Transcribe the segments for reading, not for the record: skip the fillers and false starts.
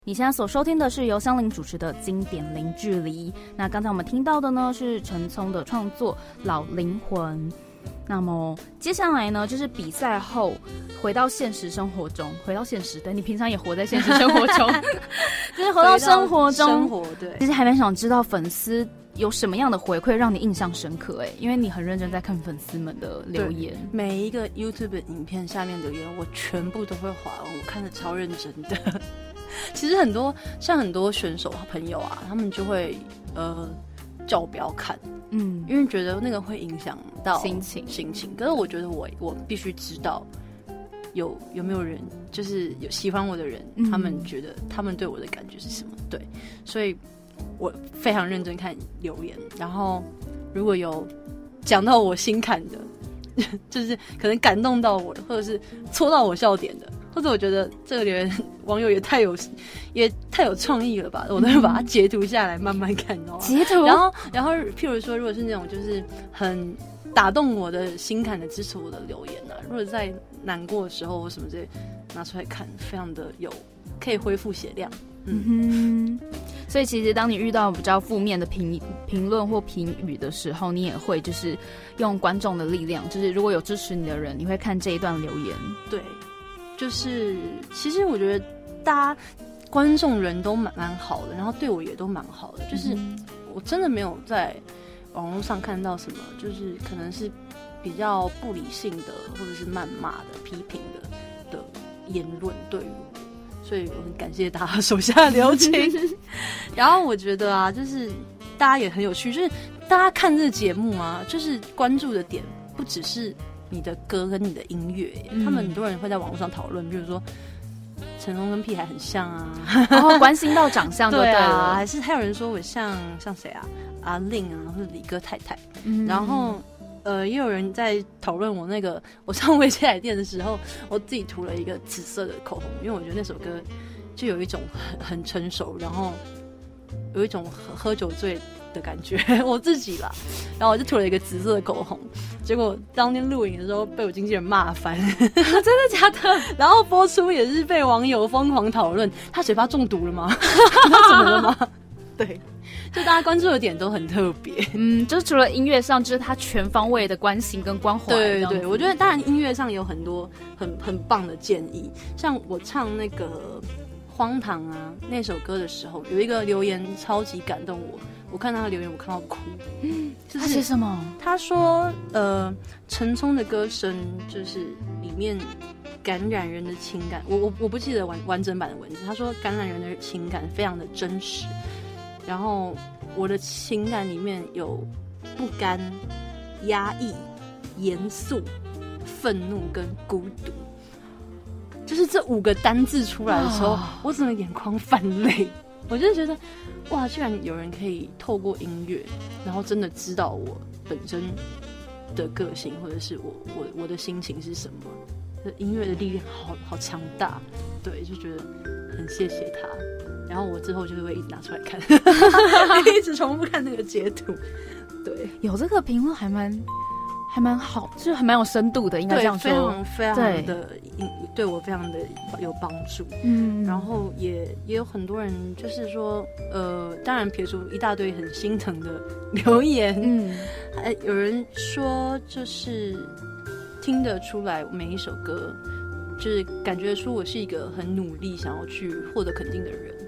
你现在所收听的是由香菱主持的经典零距离。那刚才我们听到的呢是陈聪的创作《老灵魂》。那么接下来呢，就是比赛后回到现实生活中，回到现实，对，你平常也活在现实生活中，就是回到生活中， 生活对。 其实还蛮想知道粉丝有什么样的回馈让你印象深刻因为你很认真在看粉丝们的留言， 每一个 YouTube 影片下面留言我全部都会滑完，我看得超认真的。其实很多选手朋友啊，他们就会叫我不要看，因为觉得那个会影响到心情。可是我觉得我必须知道有没有人，就是有喜欢我的人，他们觉得他们对我的感觉是什么？对，所以我非常认真看留言，然后如果有讲到我心坎的，就是可能感动到我的，或者是戳到我笑点的。或者我觉得这个留言网友也太有创意了吧，我都会把它截图下来慢慢看哦。 截图， 然后譬如说，如果是那种就是很打动我的心坎的支持我的留言啊，如果在难过的时候或什么之类拿出来看，非常的可以恢复血量。 所以其实当你遇到比较负面的评论或评语的时候，你也会就是用观众的力量，就是如果有支持你的人，你会看这一段留言。 对。就是其实我觉得大家观众人都蛮好的，然后对我也都蛮好的，就是我真的没有在网络上看到什么就是可能是比较不理性的或者是谩骂的批评的言论对于我，所以我很感谢大家手下留情。然后我觉得啊，就是大家也很有趣，就是大家看这个节目啊，就是关注的点不只是你的歌跟你的音乐，他们很多人会在网络上讨论，比如说成龙跟屁孩很像啊， 然后关心到长相就对了， 对啊，还有人说我像谁啊，阿令啊，或者李哥太太，然后也有人在讨论我那个我上微接来电的时候，我自己涂了一个紫色的口红，因为我觉得那首歌就有一种很成熟，然后有一种喝酒醉的感觉，我自己啦，然后我就涂了一个紫色的口红，结果当天录影的时候被我经纪人骂翻。 真的假的？ 然后播出也是被网友疯狂讨论，他嘴巴中毒了吗？他怎么了吗？对，就大家关注的点都很特别。 就是除了音乐上，就是他全方位的关心跟关怀。 对对，我觉得当然音乐上有很多很棒的建议，像我唱那个荒唐啊那首歌的时候，有一个留言超级感动我看他的留言我看到哭。 他写什么？ 他说陈聪的歌声就是里面感染人的情感，我不记得完整版的文字，他说感染人的情感非常的真实，然后我的情感里面有不甘、压抑、严肃、愤怒跟孤独，就是这5个单字出来的时候，我整个眼眶泛泪。我就觉得哇，居然有人可以透过音乐，然后真的知道我本身的个性，或者是我的心情是什么。音乐的力量好强大，对，就觉得很谢谢他。然后我之后就是会一直拿出来看，一直重复看那个截图。对， 有这个评论还蛮好，就是还蛮有深度的，应该这样说。 非常的对我非常的有帮助。然后也有很多人就是说，当然撇除一大堆很心疼的留言，还有人说就是听得出来每一首歌，就是感觉出我是一个很努力想要去获得肯定的人。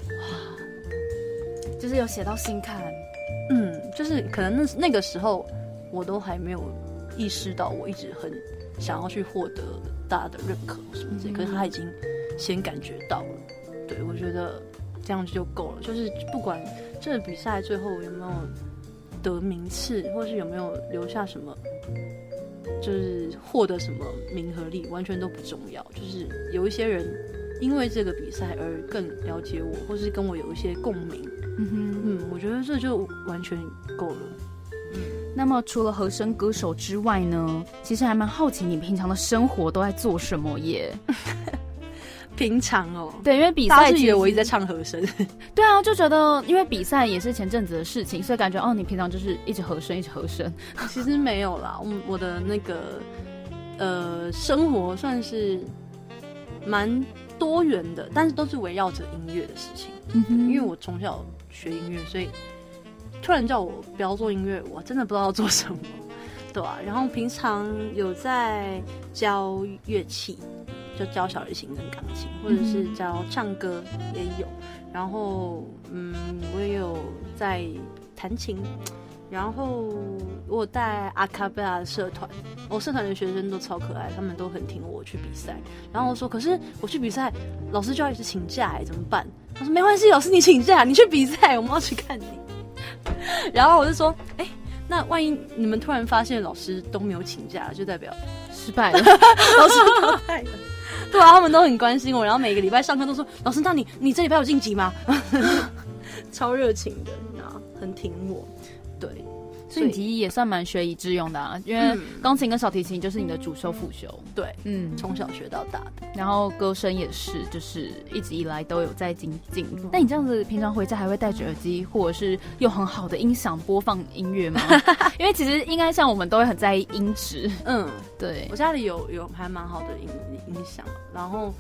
哇，就是有写到心坎。 就是可能那个时候我都还没有意识到我一直很想要去获得大家的认可什么之类，可是他已经先感觉到了。对，我觉得这样就够了，就是不管这个比赛最后有没有得名次，或是有没有留下什么，就是获得什么名和利，完全都不重要。就是有一些人因为这个比赛而更了解我，或是跟我有一些共鸣，我觉得这就完全够了。 那么除了和声歌手之外呢，其实还蛮好奇你平常的生活都在做什么耶？ 平常哦， 对，因为比赛大家是以为我一直在唱和声。 对啊，就觉得因为比赛也是前阵子的事情，所以感觉你平常就是一直和声一直和声。 其实没有啦，我的那个生活算是蛮多元的，但是都是围绕着音乐的事情。因为我从小学音乐，所以突然叫我不要做音乐，我真的不知道要做什么，对啊。然后平常有在教乐器，就教小提琴跟钢琴，或者是教唱歌也有。然后我也有在弹琴。然后我带阿卡贝拉的社团，我社团的学生都超可爱，他们都很挺我去比赛。然后我说，可是我去比赛，老师就要一直请假，怎么办？他说没关系，老师你请假，你去比赛，我们要去看你。然后我就说，那万一你们突然发现老师都没有请假，就代表失败了， 老师淘汰了。对啊，他们都很关心我，然后每个礼拜上课都说，老师，那你这礼拜有晋级吗？超热情的，很挺我。对， 所以你其实也算蛮学以致用的啊，因为钢琴跟小提琴就是你的主修副修。 对，从小学到大的。 然后歌声也是，就是一直以来都有在精进。那你这样子平常回家还会戴着耳机，或者是用很好的音响播放音乐吗？因为其实应该像我们都会很在意音质。对， 我家里有还蛮好的音响，然后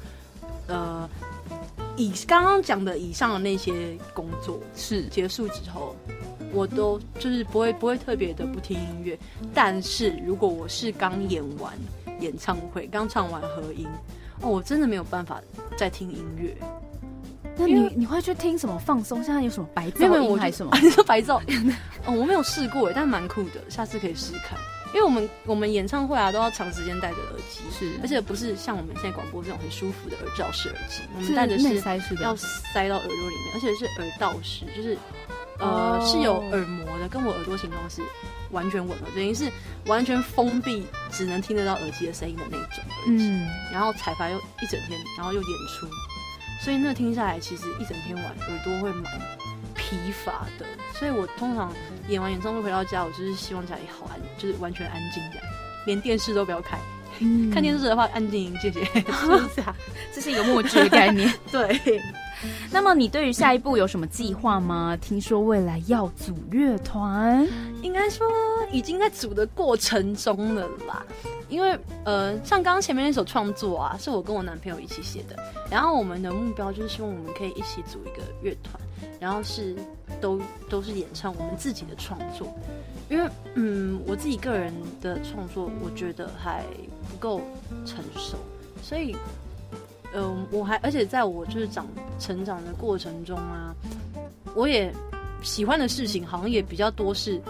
以刚刚讲的以上的那些工作是结束之后，我都就是不会特别的不听音乐。但是如果我是刚演完演唱会，刚唱完合音，我真的没有办法再听音乐。 那你会去听什么放松？现在有什么白噪音还是什么？ 你说白噪？我没有试过，但蛮酷的，下次可以试试看。因为我们演唱会啊都要长时间戴着耳机， 是，而且不是像我们现在广播这种很舒服的耳罩式耳机，我们戴的是要塞到耳朵里面，而且是耳道式，就是是有耳膜的，跟我耳朵形状是完全吻合，等于是完全封闭，只能听得到耳机的声音的那种耳机。然后彩排又一整天，然后又演出，所以那听下来，其实一整天玩耳朵会蛮疲乏的。所以我通常演完演唱会回到家，我就是希望家里好安，就是完全安静这样，连电视都不要开。看电视的话，安静，谢谢。 这是一个默剧的概念。 对。 那么你对于下一步有什么计划吗？听说未来要组乐团， 应该说已经在组的过程中了啦。因为像刚刚前面那首创作啊，是我跟我男朋友一起写的，然后我们的目标就是希望我们可以一起组一个乐团，然后是都是演唱我们自己的创作。因为我自己个人的创作，我觉得还不够成熟，所以而且在我就是成长的过程中啊，我也喜欢的事情好像也比较多是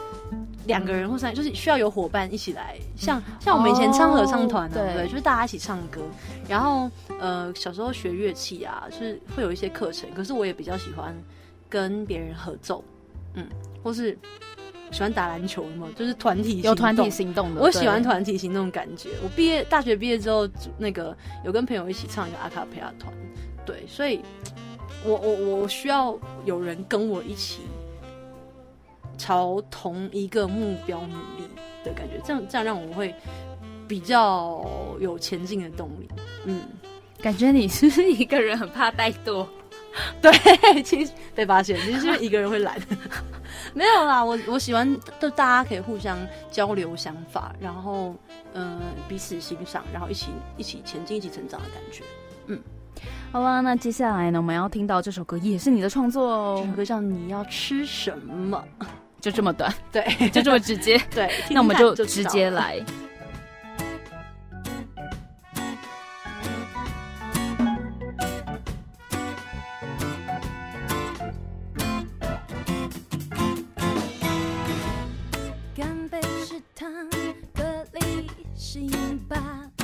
2个人或3，就是需要有伙伴一起来，像我们以前唱合唱团啊，对，就是大家一起唱歌。然后小时候学乐器啊，就是会有一些课程，可是我也比较喜欢跟别人合奏，或是喜欢打篮球嘛，就是团体有团体行动的， 我喜欢团体行动的感觉。我大学毕业之后，那个有跟朋友一起唱一个阿卡贝拉团，对，所以我需要有人跟我一起朝同一个目标努力的感觉，这样让我会比较有前进的动力。 感觉你是不是一个人很怕怠惰？ 对，其实被发现，其实是一个人会懒。没有啦，我喜欢就大家可以互相交流想法，然后彼此欣赏，然后一起前进，一起成长的感觉。 好啦，那接下来呢，我们要听到这首歌也是你的创作哦。 这首歌叫《你要吃什么》， 就这么短， 对， 就这么直接。 对， 那我们就直接来。 干杯是糖，隔离是盐巴，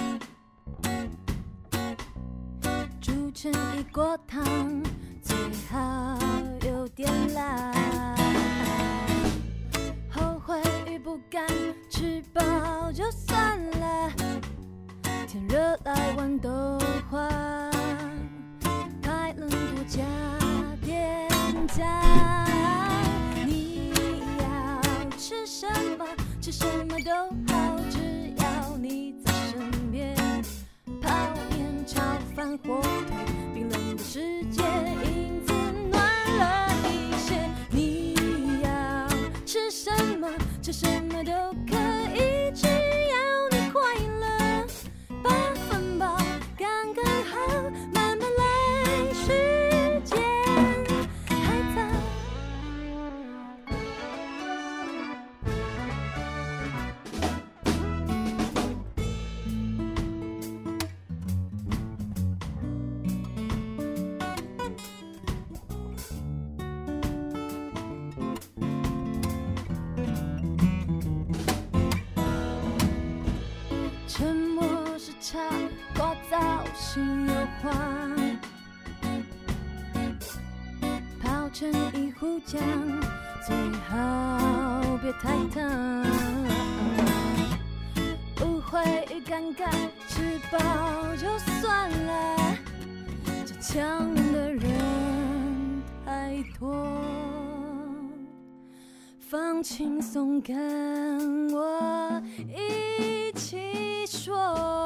煮成一锅汤，最好有点辣。后悔与不甘，吃饱就算了。天热来碗豆花，太冷多加点酱。吃什么，吃什么都好，只要你在身边。泡面、炒饭、火腿，冰冷的世界因此暖了一些。你要吃什么，吃什么都可以，只要你快乐。8分饱刚刚好，慢慢来。 成一壶浆，最好别太烫。误会与尴尬，吃饱就算了，坚强的人太多。放轻松，跟我一起说。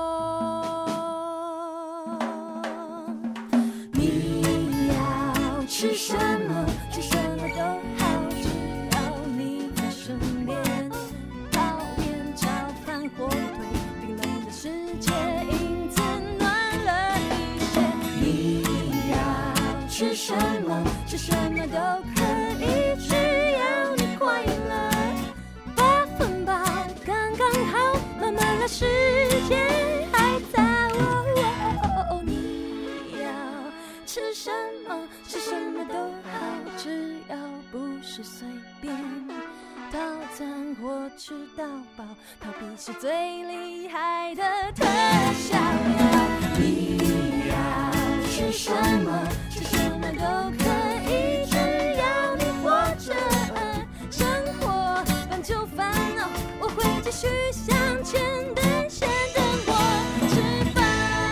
你要吃什么？吃什么都好，只要你在身边。泡面、炒饭、火腿，冰冷的世界因此暖了一些。你要吃什么？吃什么都可以，只要你快乐。8分饱，刚刚好，慢慢的时间还在。你要吃什么？吃什么都好，只要不是随便。套餐或吃到饱，逃避是最厉害的特效药。你要吃什么？吃什么都可以，只要你活着。生活烦就烦恼，我会继续向前的，先等我吃饭。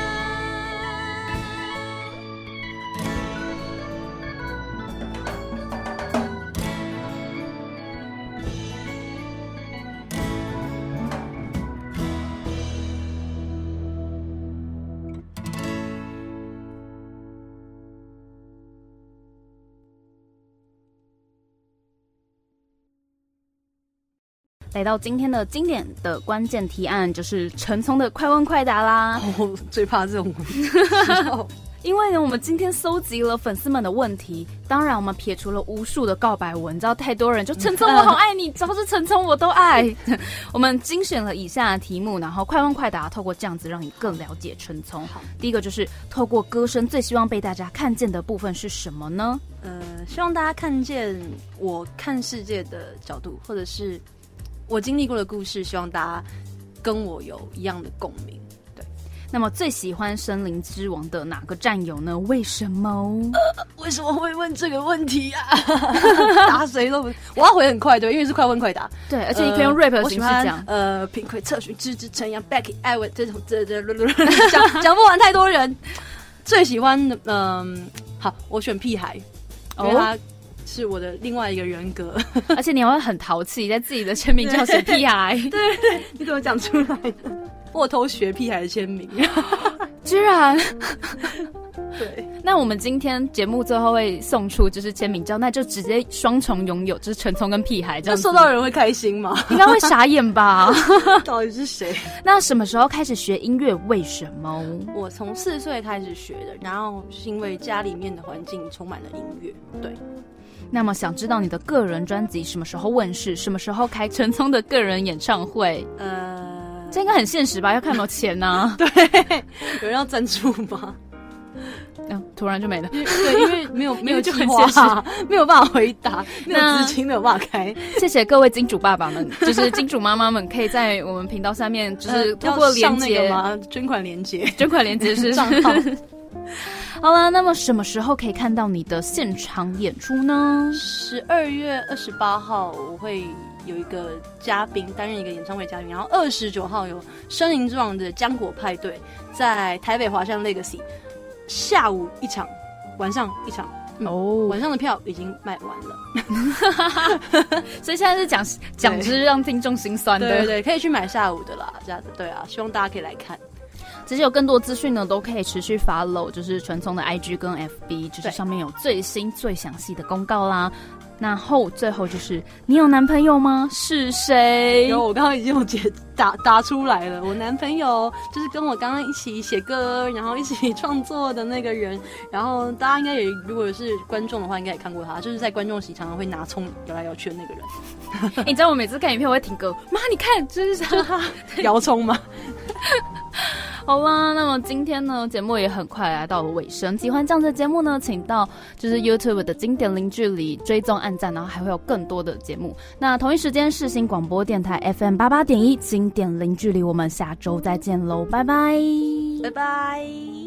来到今天的经典的关键提案，就是陈聪的快问快答啦。 最怕这种因为呢，我们今天搜集了粉丝们的问题，当然我们撇除了无数的告白文，你知道太多人就陈聪我好爱你，只要是陈聪我都爱。我们精选了以下的题目，然后快问快答，透过这样子让你更了解陈聪。第一个就是透过歌声最希望被大家看见的部分是什么呢？ 希望大家看见我看世界的角度，或者是我经历过的故事，希望大家跟我有一样的共鸣。对， 那么最喜欢森林之王的哪个战友呢？为什么？ 为什么会问这个问题啊？答谁都不，我要回很快，对，因为是快问快答。 对，而且你可以用 rap 的形式讲。 贫困侧寻知之陈阳 Becky 艾文这种讲不完太多人。最喜欢的，好，我选屁孩，因为他是我的另外一个人格， 而且你还会很淘气，在自己的签名叫写屁孩。 对，你怎么讲出来的？我偷学屁孩的签名， 居然。 对， 那我们今天节目最后会送出就是签名照，那就直接双重拥有，就是陈聪跟屁孩这样子。 那收到人会开心吗？ 应该会傻眼吧？ 到底是谁？ 那什么时候开始学音乐？为什么？ 我从4岁开始学的，然后是因为家里面的环境充满了音乐。对。 那么想知道你的个人专辑什么时候问世？什么时候开陈聪的个人演唱会？这应该很现实吧？要看有没有钱啊。 对，有人要赞助吗？ 突然就没了。 对，因为没有就很现实，没有办法回答，没有资金，没有办法开。 谢谢各位金主爸爸们，就是金主妈妈们，可以在我们频道下面就是通过连结吗？捐款连结是账号。好了，那么什么时候可以看到你的现场演出呢 ？12月28号我会有一个嘉宾担任一个演唱会嘉宾，然后29号有森林之王的浆果派对，在台北华山 Legacy， 下午一场，晚上一场。晚上的票已经卖完了。 所以现在是讲之让听众心酸的。 对，可以去买下午的啦，这样子。对啊，希望大家可以来看。 其实有更多资讯呢，都可以持续 follow， 就是陈聪的 IG 跟 FB， 就是上面有最新最详细的公告啦。然后最后就是你有男朋友吗？是谁？ 有，我刚刚已经有答出来了。我男朋友就是跟我刚刚一起写歌，然后一起创作的那个人。然后大家应该也，如果是观众的话，应该也看过他，就是在观众席常常会拿葱摇来摇去的那个人。 你知道我每次看影片我会听歌，妈你看，就是他摇葱吗？ 好啦，那么今天呢，节目也很快来到了尾声。喜欢这样的节目呢，请到就是 YouTube 的经典零距离追踪按赞，然后还会有更多的节目。那同一时间世新广播电台 FM88.1经典零距离，我们下周再见喽，拜拜， 拜拜。